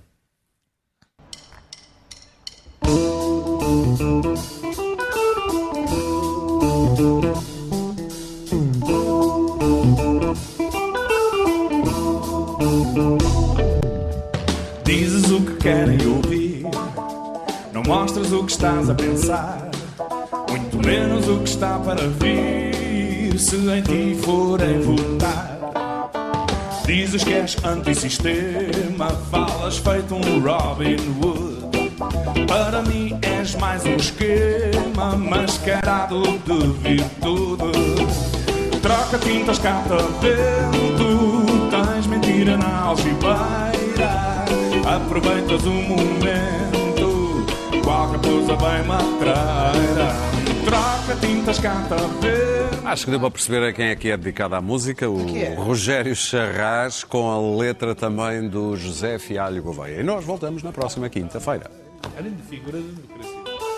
Dizes o que querem ouvir, não mostras o que estás a pensar, muito menos o que está para vir, se em ti forem votar. Dizes que és antissistema, falas feito um Robin Hood. Para mim és mais um esquema mascarado de virtude. Troca tintas, cata vento, tens mentiras. gira na algibeira, aproveitas o momento, qualquer coisa bem matreira. Troca tintas, cata verde. Acho que deu para perceber a quem é que é dedicada a música, o é? Rogério Charras, com a letra também do José Fialho Gouveia. E nós voltamos na próxima quinta-feira. Grande figura da democracia.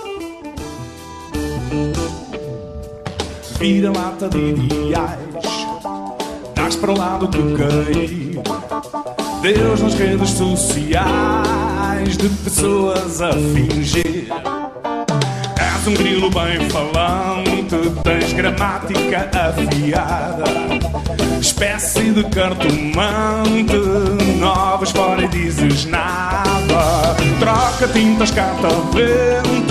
Vira lata de ideais, dás para lá do que cair. Deus nas redes sociais, de pessoas a fingir. És um grilo bem falante, tens gramática afiada, espécie de cartomante, novas fora e dizes nada. Troca tintas, cata vento,